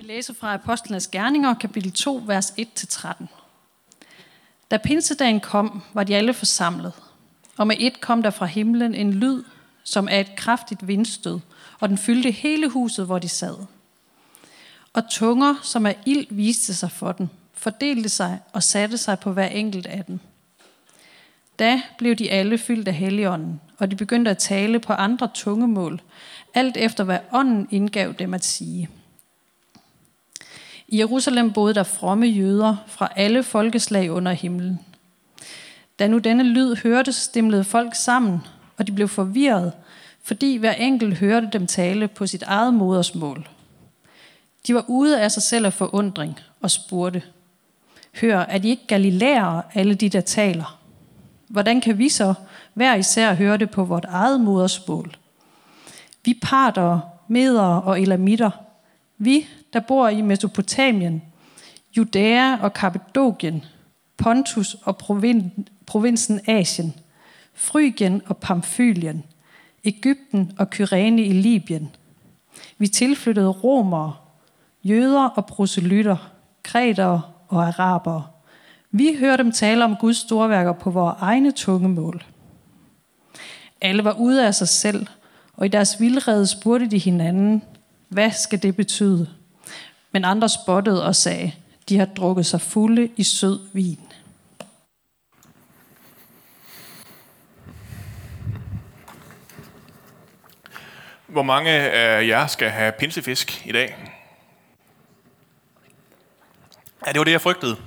læser fra Apostlenes Gerninger, kapitel 2, vers 1-13. Da pinsedagen kom, var de alle forsamlet, og med et kom der fra himlen en lyd, som af et kraftigt vindstød, og den fyldte hele huset, hvor de sad. Og tunger, som af ild viste sig for dem, fordelte sig og satte sig på hver enkelt af dem. Da blev de alle fyldt af Helligånden, og de begyndte at tale på andre tungemål, alt efter hvad ånden indgav dem at sige. I Jerusalem boede der fromme jøder fra alle folkeslag under himlen. Da nu denne lyd hørtes, stimlede folk sammen, og de blev forvirret, fordi hver enkelt hørte dem tale på sit eget modersmål. De var ude af sig selv af forundring og spurgte: Hør, er de ikke galilæere, alle de der taler? Hvordan kan vi så hver især høre det på vort eget modersmål? Vi partere, medere og elamitter, vi, der bor i Mesopotamien, Judæa og Kappadokien, Pontus og provinsen Asien, Frygien og Pamfylien, Egypten og Kyrene i Libyen. Vi tilflyttede romere, jøder og proselytter, kretere og arabere. Vi hørte dem tale om Guds storværker på vores egne tungemål. Alle var ude af sig selv, og i deres vildrede spurgte de hinanden: Hvad skal det betyde? Men andre spottede og sagde: De har drukket sig fulde i sød vin. Hvor mange af jer skal have pinsefisk i dag? Ja, det var det, jeg frygtede.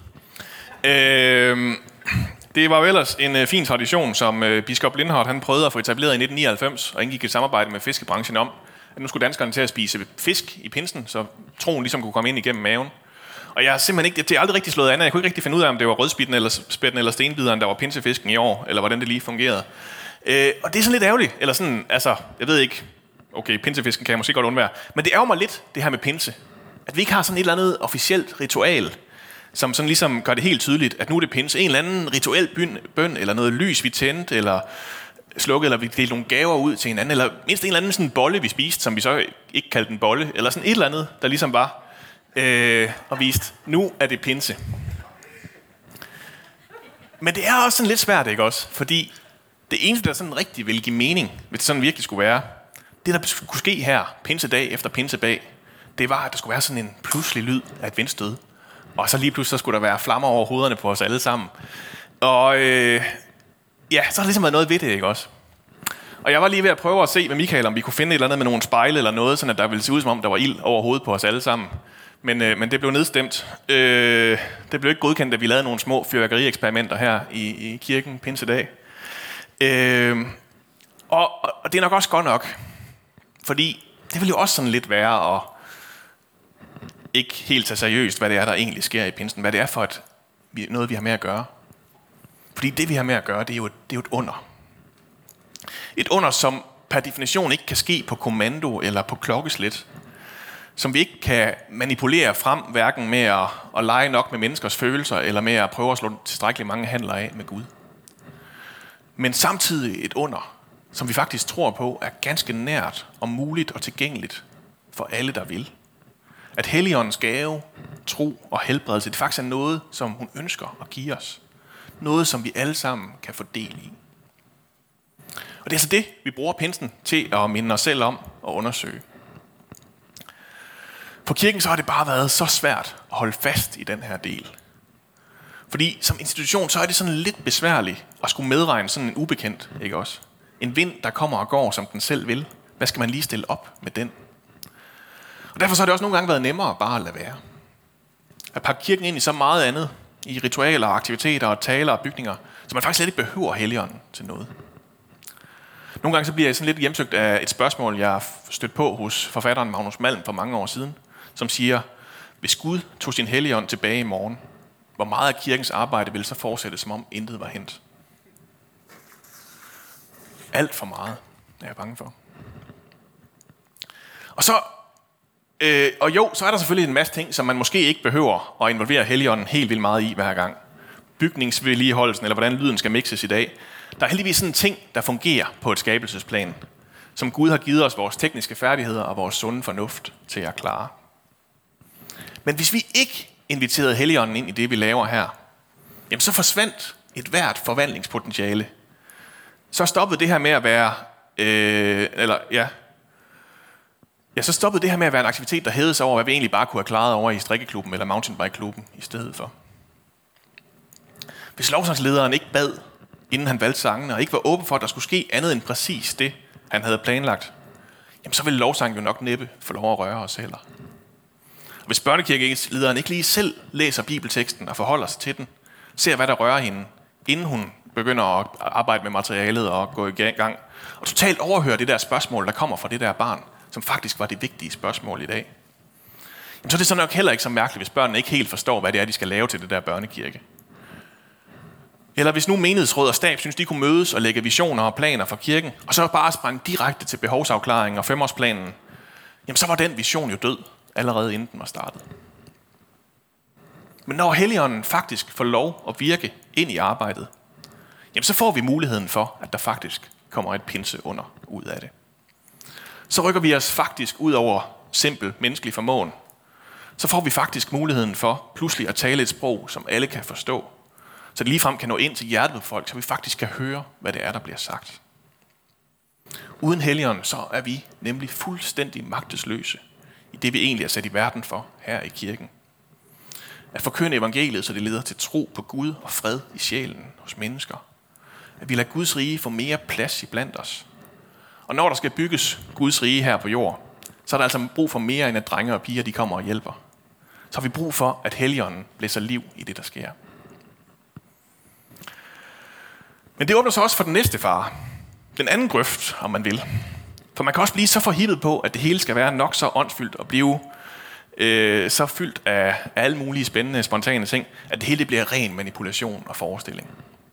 Det var jo ellers en fin tradition, som biskop Lindhardt han prøvede at få etableret i 1999, og indgik et samarbejde med fiskebranchen om, at nu skulle danskerne til at spise fisk i pinsen, så troen ligesom kunne komme ind igennem maven. Og jeg har simpelthen ikke, det er aldrig rigtig slået an. Jeg kunne ikke rigtig finde ud af, om det var rødspitten eller stenbideren, der var pinsefisken i år, eller hvordan det lige fungerede. Og det er sådan lidt ærgerligt, eller sådan, altså, jeg ved ikke, okay, pinsefisken kan jeg måske godt undvære, men det ærger mig lidt, det her med pinse. At vi ikke har sådan et eller andet officielt ritual, som sådan ligesom gør det helt tydeligt, at nu er det pinse. En eller anden rituel bøn, eller noget lys, vi tændte, eller slukkede, eller vi delte nogle gaver ud til hinanden, eller mindst en eller anden sådan bolle, vi spiste, som vi så ikke kaldte en bolle, eller sådan et eller andet, der ligesom var og viste, nu er det pinse. Men det er også sådan lidt svært, ikke også? Fordi det eneste, der sådan rigtig ville give mening, hvis det sådan virkelig skulle være, det der skulle ske her, pinsedag efter pinsebag, det var, at der skulle være sådan en pludselig lyd af et vindstød. Og så lige pludselig så skulle der være flammer over hovederne på os alle sammen. Og ja, så har der ligesom været noget ved det, ikke også? Og jeg var lige ved at prøve at se med Michael, om vi kunne finde et eller andet med nogle spejle eller noget, sådan at der ville se ud som om, der var ild over hovedet på os alle sammen. Men det blev nedstemt. Det blev ikke godkendt, at vi lavede nogle små fyrværkerieksperimenter her i kirken pinsedag. Og det er nok også godt nok. Fordi det vil jo også sådan lidt være at ikke helt tage seriøst, hvad det er, der egentlig sker i pinsen. Hvad det er for noget, vi har med at gøre. Fordi det, vi har med at gøre, det er jo et under. Et under, som per definition ikke kan ske på kommando eller på klokkeslæt. Som vi ikke kan manipulere frem, hverken med at lege nok med menneskers følelser, eller med at prøve at slå tilstrækkeligt mange handler af med Gud. Men samtidig et under, som vi faktisk tror på, er ganske nært og muligt og tilgængeligt for alle, der vil. At Helligåndens gave, tro og helbredelse, det faktisk er noget, som hun ønsker at give os. Noget, som vi alle sammen kan få del i. Og det er altså det, vi bruger pinsen til at minde os selv om og undersøge. For kirken så har det bare været så svært at holde fast i den her del. Fordi som institution, så er det sådan lidt besværligt at skulle medregne sådan en ubekendt, ikke også? En vind, der kommer og går, som den selv vil. Hvad skal man lige stille op med den? Og derfor så har det også nogle gange været nemmere bare at lade være. At pakke kirken ind i så meget andet, i ritualer, aktiviteter og taler og bygninger, så man faktisk slet ikke behøver Helligånden til noget. Nogle gange så bliver jeg sådan lidt hjemsøgt af et spørgsmål, jeg har stødt på hos forfatteren Magnus Malm for mange år siden, som siger: hvis Gud tog sin Helligånd tilbage i morgen, hvor meget af kirkens arbejde ville så fortsætte, som om intet var hent? Alt for meget, er jeg bange for. Og så er der selvfølgelig en masse ting, som man måske ikke behøver at involvere Helligånden helt vildt meget i hver gang. Bygningsvedligeholdelsen, eller hvordan lyden skal mixes i dag. Der er heldigvis sådan en ting, der fungerer på et skabelsesplan, som Gud har givet os vores tekniske færdigheder og vores sunde fornuft til at klare. Men hvis vi ikke inviterede Helligånden ind i det, vi laver her, jamen så forsvandt et hvert forvandlingspotentiale. Så stoppede det her med at være, så stoppede det her med at være en aktivitet, der hævede sig over, hvad vi egentlig bare kunne have klaret over i strikkeklubben eller mountainbikeklubben i stedet for. Hvis lovsangslederen ikke bad, inden han valgte sangene, og ikke var åben for, at der skulle ske andet end præcis det, han havde planlagt, jamen så ville lovsangen jo nok næppe få lov at røre os heller. Og hvis børnekirkelederen ikke lige selv læser bibelteksten og forholder sig til den, ser hvad der rører hende, inden hun begynder at arbejde med materialet og gå i gang, og totalt overhører det der spørgsmål, der kommer fra det der barn, som faktisk var det vigtige spørgsmål i dag, jamen så er det så nok heller ikke så mærkeligt, hvis børnene ikke helt forstår, hvad det er, de skal lave til det der børnekirke. Eller hvis nu menighedsråd og stab synes, de kunne mødes og lægge visioner og planer for kirken, og så bare sprang direkte til behovsafklaringen og 5-årsplanen, jamen så var den vision jo død, allerede inden den var startet. Men når Helligånden faktisk får lov at virke ind i arbejdet, jamen så får vi muligheden for, at der faktisk kommer et pinse under ud af det. Så rykker vi os faktisk ud over simpel menneskelig formåen. Så får vi faktisk muligheden for pludselig at tale et sprog, som alle kan forstå. Så det ligefrem kan nå ind til hjertet på folk, så vi faktisk kan høre, hvad det er, der bliver sagt. Uden Helligånden, så er vi nemlig fuldstændig magtesløse i det, vi egentlig er sat i verden for her i kirken. At forkynde evangeliet, så det leder til tro på Gud og fred i sjælen hos mennesker. At vi lader Guds rige få mere plads iblandt os. Og når der skal bygges Guds rige her på jord, så er der altså brug for mere end at drenge og piger, de kommer og hjælper. Så har vi brug for, at Helligånden blæser liv i det, der sker. Men det åbner så også for den næste fare. Den anden grøft, om man vil. For man kan også blive så forhippet på, at det hele skal være nok så åndsfyldt og blive så fyldt af alle mulige spændende, spontane ting, at det hele bliver ren manipulation og forestilling.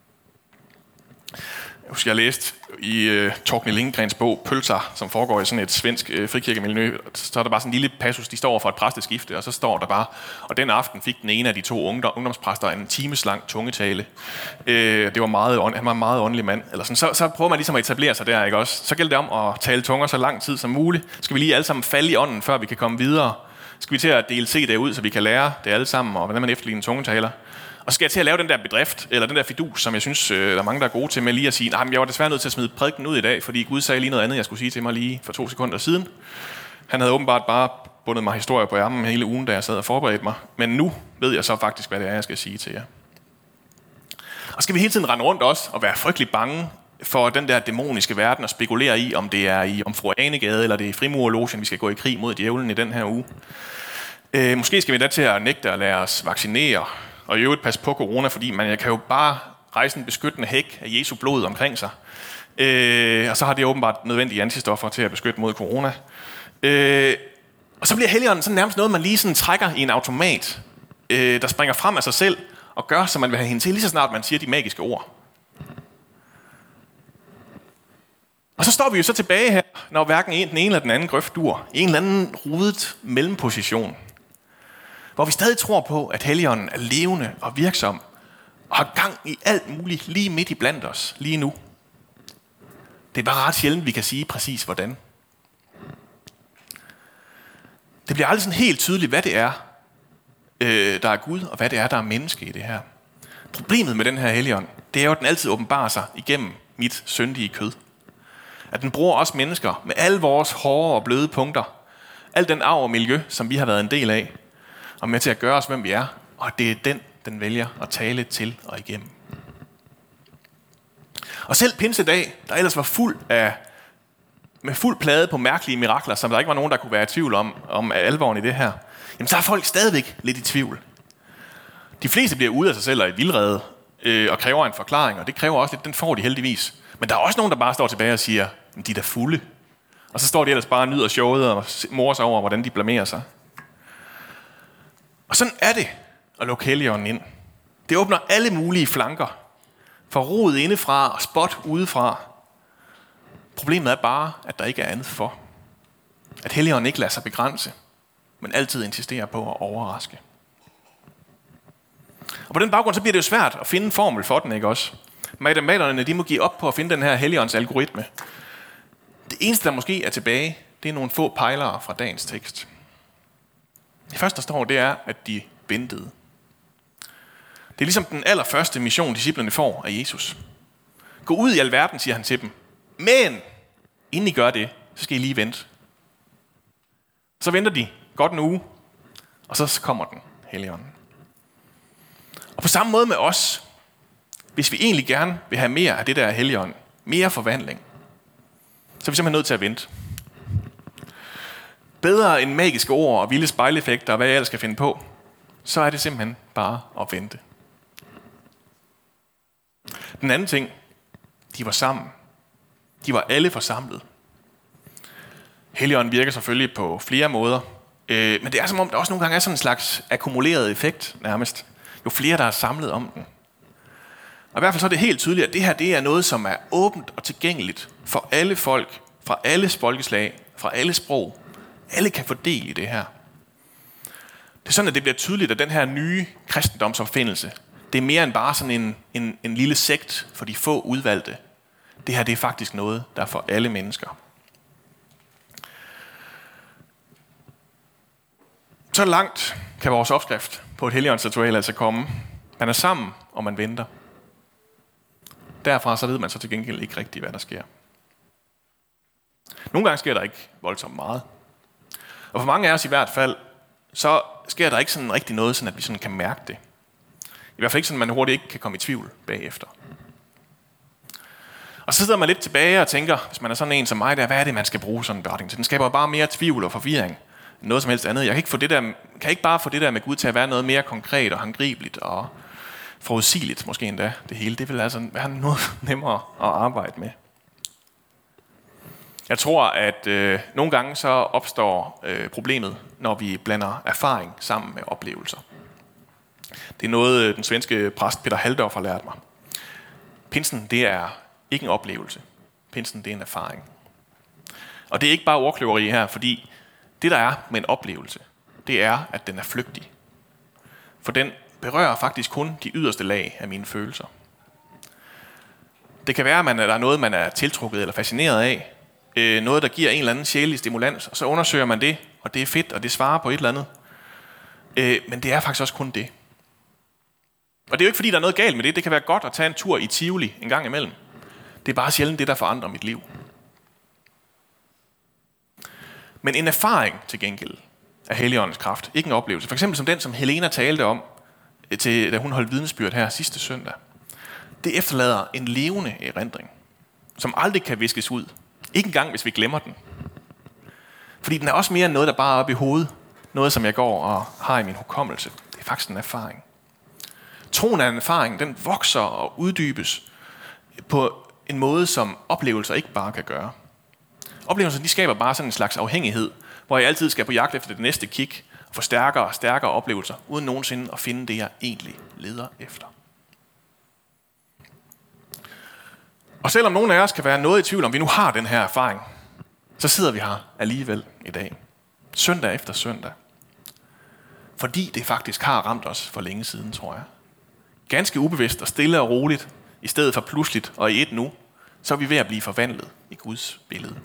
Jeg husker, jeg læste i Torgny Lindgrens bog Pølser, som foregår i sådan et svensk frikirkemiljø. Så er der bare sådan en lille passus, de står over for et præsteskifte, og så står der bare, og den aften fik den ene af de to ungdomspræster en timeslang tungetale. Det var han var en meget åndelig mand. Eller sådan. Så prøver man ligesom at etablere sig der, ikke også? Så gælder det om at tale tunger så lang tid som muligt. Skal vi lige alle sammen falde i ånden, før vi kan komme videre? Skal vi til at dele CD ud, så vi kan lære det alle sammen, og hvordan man efterligner tungetaler? Og så skal jeg til at lave den der bedrift, eller den der fidus, som jeg synes, der er mange, der er gode til, med lige at sige, nej, jeg var desværre nødt til at smide prædiken ud i dag, fordi Gud sagde lige noget andet, jeg skulle sige til mig lige for 2 sekunder siden. Han havde åbenbart bare bundet mig historier på ærmen hele ugen, da jeg sad og forberedte mig. Men nu ved jeg så faktisk, hvad det er, jeg skal sige til jer. Og skal vi hele tiden rende rundt også og være frygtelig bange for den der dæmoniske verden og spekulere i, om det er i Omfru Anegade, eller det er i Frimurerlogen, vi skal gå i krig mod djævlen i den her uge. Måske skal vi da til at nægte at lade os vaccinere, og i øvrigt passe på corona, fordi man kan jo bare rejse en beskyttende hæk af Jesu blod omkring sig. Og så har det åbenbart nødvendige antistoffer til at beskytte mod corona. Og så bliver Helligånden sådan nærmest noget, man lige sådan trækker i en automat, der springer frem af sig selv og gør, som man vil have hende til, lige så snart man siger de magiske ord. Og så står vi jo så tilbage her, når hverken den ene eller den anden grøft dur, i en eller anden rodet mellemposition, hvor vi stadig tror på, at Helligånden er levende og virksom, og har gang i alt muligt lige midt i blandt os, lige nu. Det er bare ret sjældent, vi kan sige præcis hvordan. Det bliver aldrig sådan helt tydeligt, hvad det er, der er Gud, og hvad det er, der er menneske i det her. Problemet med den her Helligånd, det er jo, at den altid åbenbarer sig igennem mit syndige kød. At den bruger os mennesker med alle vores hårde og bløde punkter, al den arv og miljø, som vi har været en del af, og med til at gøre os, hvem vi er, og det er den vælger at tale til og igennem. Og selv pinsedag, der ellers var med fuld plade på mærkelige mirakler, som der ikke var nogen, der kunne være i tvivl om alvoren i det her, jamen så er folk stadigvæk lidt i tvivl. De fleste bliver ude af sig selv og i vildrede og kræver en forklaring, og det kræver også lidt, den får de heldigvis. Men der er også nogen, der bare står tilbage og siger, de er da fulde. Og så står de ellers bare og nyder showet og morer sig over, hvordan de blamerer sig. Og sådan er det at lukke Helligånden ind. Det åbner alle mulige flanker. For rod indefra og spot udefra. Problemet er bare, at der ikke er andet for. At Helligånden ikke lader sig begrænse, men altid insisterer på at overraske. Og på den baggrund så bliver det jo svært at finde en formel for den, ikke også? Matematerne, de må give op på at finde den her Helligåndens algoritme. Det eneste, der måske er tilbage, det er nogle få pejlere fra dagens tekst. Det første, der står, det er, at de ventede. Det er ligesom den allerførste mission, disciplerne får af Jesus. Gå ud i alverden, siger han til dem. Men inden I gør det, så skal I lige vente. Så venter de godt en uge, og så kommer den Helligånden. Og på samme måde med os, hvis vi egentlig gerne vil have mere af det der Helligånd, mere forvandling, så er vi simpelthen nødt til at vente. Bedre end magiske ord og vilde spejleffekter og hvad jeg ellers skal finde på, så er det simpelthen bare at vente. Den anden ting, de var sammen. De var alle forsamlet. Helligånden virker selvfølgelig på flere måder, men det er som om, der også nogle gange er sådan en slags akkumuleret effekt nærmest. Jo flere, der er samlet om den. Og i hvert fald så er det helt tydeligt, at det her det er noget, som er åbent og tilgængeligt for alle folk, fra alle folkeslag, fra alle sprog. Alle kan få del i det her. Det er sådan, at det bliver tydeligt, at den her nye kristendomsopfindelse, det er mere end bare sådan en lille sekt for de få udvalgte. Det her det er faktisk noget, der er for alle mennesker. Så langt kan vores opskrift på et helligåndsritual altså komme. Man er sammen, og man venter. Derfra så ved man så til gengæld ikke rigtigt, hvad der sker. Nogle gange sker der ikke voldsomt meget. Og for mange af os i hvert fald, så sker der ikke sådan rigtig noget, sådan at vi sådan kan mærke det. I hvert fald ikke sådan, at man hurtigt ikke kan komme i tvivl bagefter. Og så sidder man lidt tilbage og tænker, hvis man er sådan en som mig, hvad er det, man skal bruge sådan en beretning til? Den skaber bare mere tvivl og forvirring. Noget som helst andet. Jeg kan ikke bare få det der med Gud til at være noget mere konkret og håndgribeligt og forudsigeligt, måske endda det hele. Det vil altså være noget nemmere at arbejde med. Jeg tror, at nogle gange så opstår problemet, når vi blander erfaring sammen med oplevelser. Det er noget, den svenske præst Peter Halldorf har lært mig. Pinsen, det er ikke en oplevelse. Pinsen, det er en erfaring. Og det er ikke bare ordkløveri her, fordi det, der er med en oplevelse, det er, at den er flygtig. For den berører faktisk kun de yderste lag af mine følelser. Det kan være, at der er noget, man er tiltrukket eller fascineret af. Noget, der giver en eller anden sjælelig stimulans. Og så undersøger man det, og det er fedt, og det svarer på et eller andet. Men det er faktisk også kun det. Og det er jo ikke, fordi der er noget galt med det. Det kan være godt at tage en tur i Tivoli en gang imellem. Det er bare sjældent det, der forandrer mit liv. Men en erfaring til gengæld af Helligåndens kraft, ikke en oplevelse. For eksempel som den, som Helena talte om, da hun holdt vidnesbyrd her sidste søndag. Det efterlader en levende erindring, som aldrig kan viskes ud. Ikke engang, hvis vi glemmer den. Fordi den er også mere end noget, der bare er oppe i hovedet. Noget, som jeg går og har i min hukommelse. Det er faktisk en erfaring. Troen af en erfaring, den vokser og uddybes på en måde, som oplevelser ikke bare kan gøre. Oplevelser, de skaber bare sådan en slags afhængighed, hvor jeg altid skal på jagt efter det næste kick, og få stærkere og stærkere oplevelser, uden nogensinde at finde det, jeg egentlig leder efter. Og selvom nogen af os kan være noget i tvivl om, vi nu har den her erfaring, så sidder vi her alligevel i dag. Søndag efter søndag. Fordi det faktisk har ramt os for længe siden, tror jeg. Ganske ubevidst og stille og roligt, i stedet for pludseligt og i et nu, så er vi ved at blive forvandlet i Guds billede.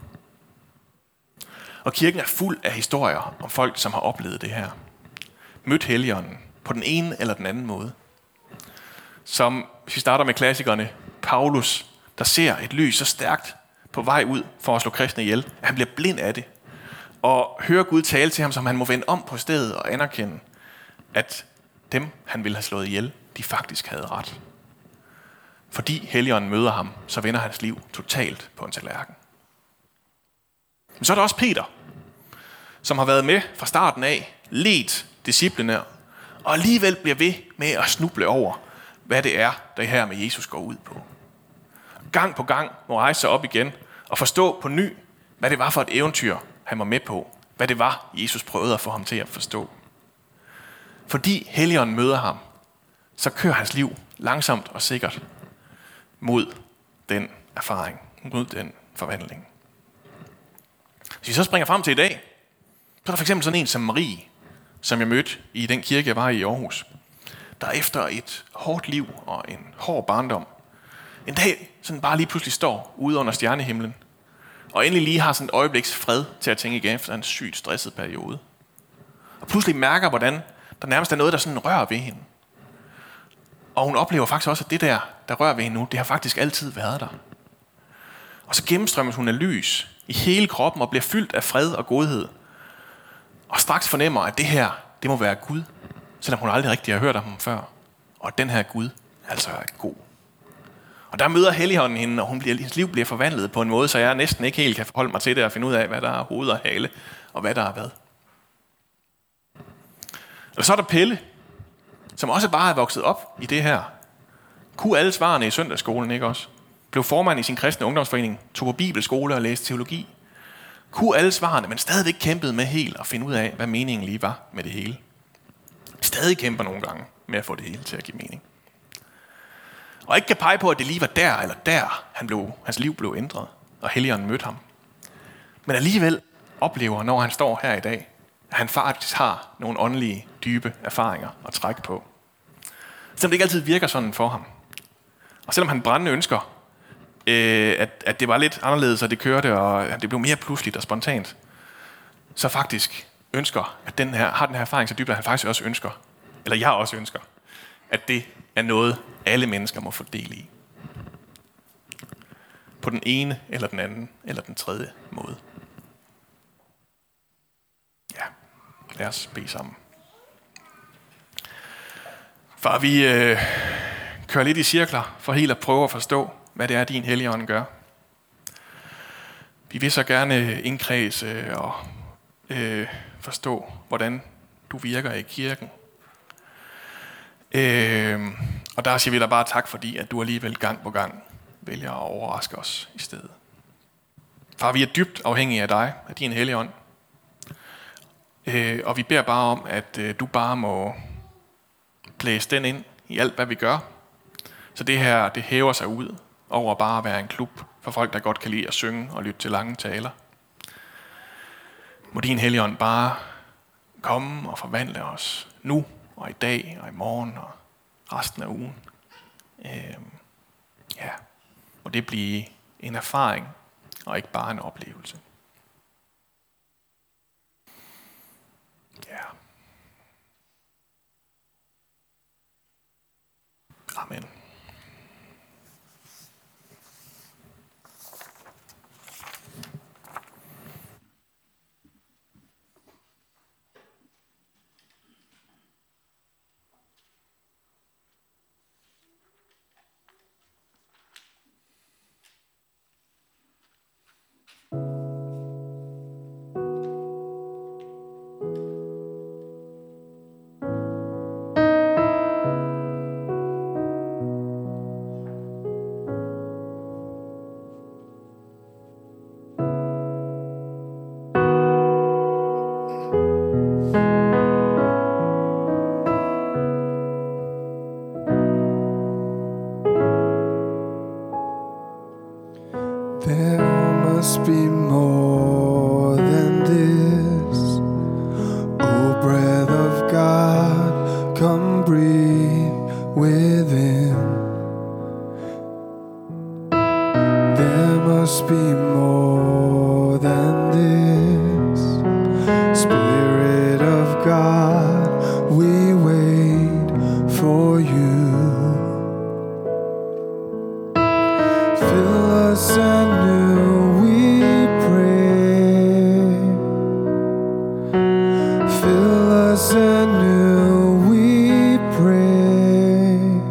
Og kirken er fuld af historier om folk, som har oplevet det her. Mødt Helligånden på den ene eller den anden måde. Som, hvis vi starter med klassikerne, Paulus, der ser et lys så stærkt på vej ud for at slå kristne ihjel, at han bliver blind af det. Og hører Gud tale til ham, som han må vende om på stedet og anerkende, at dem, han ville have slået ihjel, de faktisk havde ret. Fordi Helligånden møder ham, så vender hans liv totalt på en tallerken. Men så er der også Peter, som har været med fra starten af, ledt disciplene, og alligevel bliver ved med at snuble over, hvad det er, der her med Jesus går ud på. Gang på gang må rejse sig op igen og forstå på ny, hvad det var for et eventyr, han var med på. Hvad det var, Jesus prøvede at få ham til at forstå. Fordi Helligånden møder ham, så kører hans liv langsomt og sikkert mod den erfaring, mod den forvandling. Hvis vi så springer frem til i dag, så er der for eksempel sådan en som Marie, som jeg mødte i den kirke, jeg var i Aarhus, der efter et hårdt liv og en hård barndom, en dag sådan bare lige pludselig står ude under stjernehimlen, og endelig lige har sådan et øjebliks fred til at tænke igen efter en sygt stresset periode. Og pludselig mærker, hvordan der nærmest er noget, der sådan rører ved hende. Og hun oplever faktisk også, at det der rører ved hende nu, det har faktisk altid været der. Og så gennemstrømmes hun af lys i hele kroppen og bliver fyldt af fred og godhed. Og straks fornemmer, at det her, det må være Gud, selvom hun aldrig rigtig har hørt om ham før. Og at den her Gud altså er god. Og der møder Helligånden hende, og hendes liv bliver forvandlet på en måde, så jeg næsten ikke helt kan forholde mig til det og finde ud af, hvad der er hoved og hale, og hvad der er hvad. Og så er der Pelle, som også bare er vokset op i det her. Kunne alle svarene i søndagsskolen, ikke også? Blev formand i sin kristne ungdomsforening, tog på bibelskole og læste teologi. Kunne alle svarene, men stadigvæk kæmpede med helt at finde ud af, hvad meningen lige var med det hele. Stadig kæmper nogle gange med at få det hele til at give mening. Og ikke kan pege på, at det lige var der eller der, hans liv blev ændret, og Helligånden mødte ham. Men alligevel oplever, når han står her i dag, at han faktisk har nogle åndelige, dybe erfaringer at trække på. Selvom det ikke altid virker sådan for ham. Og selvom han brændende ønsker, at det var lidt anderledes, og det kørte, og at det blev mere pludseligt og spontant, så faktisk ønsker, at har den her erfaring så dybt, at han faktisk også ønsker, eller jeg også ønsker, at det er noget, alle mennesker må få del i. På den ene, eller den anden, eller den tredje måde. Ja, lad os bede sammen. Far, vi kører lidt i cirkler for helt at prøve at forstå, hvad det er, din Helligånd gør. Vi vil så gerne indkredse og forstå, hvordan du virker i kirken. Og der siger vi dig bare tak, fordi at du alligevel gang på gang vælger at overraske os i stedet. Far, vi er dybt afhængige af dig, af din Helligånd. Og vi beder bare om, at du bare må blæse den ind i alt, hvad vi gør. Så det her, det hæver sig ud over bare at være en klub for folk, der godt kan lide at synge og lytte til lange taler. Må din Helligånd bare komme og forvandle os nu og i dag og i morgen og resten af ugen. Må det blive en erfaring og ikke bare en oplevelse. Ja. Amen. There must be more than this. O breath of God, come breathe within. There must be more than this. Spirit of God, we wait for you. Fill us anew, we pray. Fill us anew, we pray.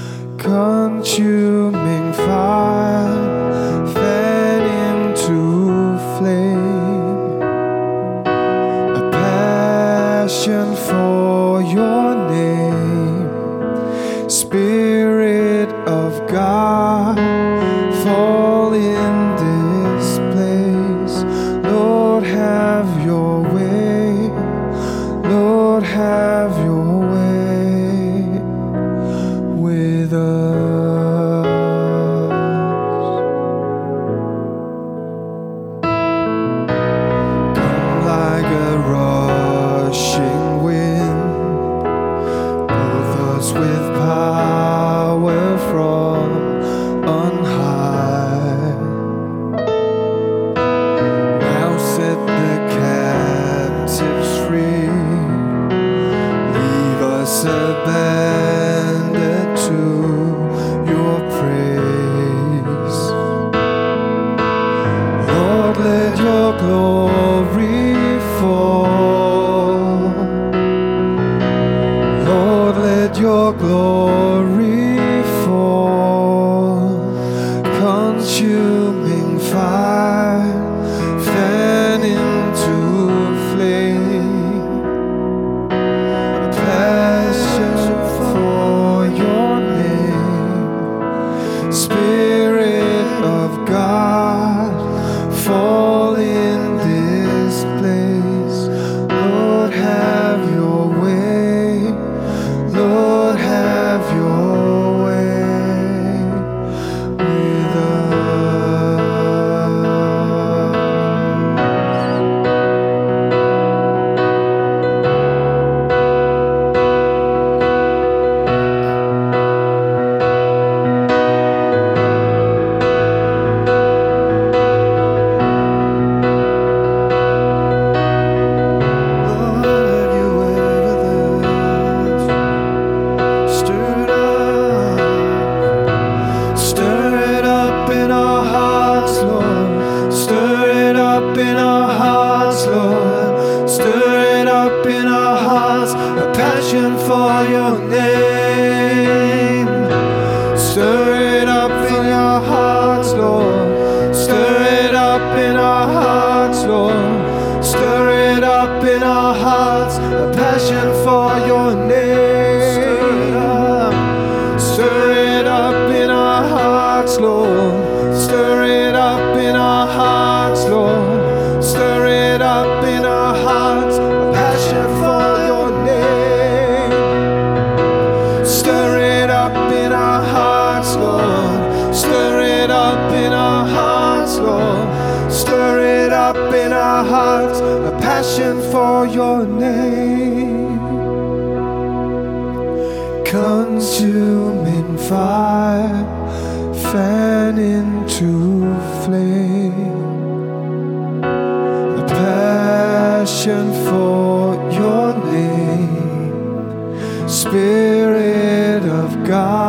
Consuming fire, fed into flame. A passion for your name. Spirit of God, fall in this place. Lord, have your way. Lord, have your way with us. Come like a rushing wind, clothe us with power from on high. Now set the captives free. passion for your name. Stir it up in your hearts, Lord. Stir it up in our hearts, Lord. Stir it up in our hearts, a passion for your name. Stir it up in our hearts, Lord. Stir it up in our hearts, Lord. Stir it up in our hearts, a passion for your name. Stir it up in our hearts, Lord. Stir it up in our hearts, Lord. Stir it up in our hearts, a passion for your name. Consuming fire, fan into flame. A passion for your name. Spirit of God,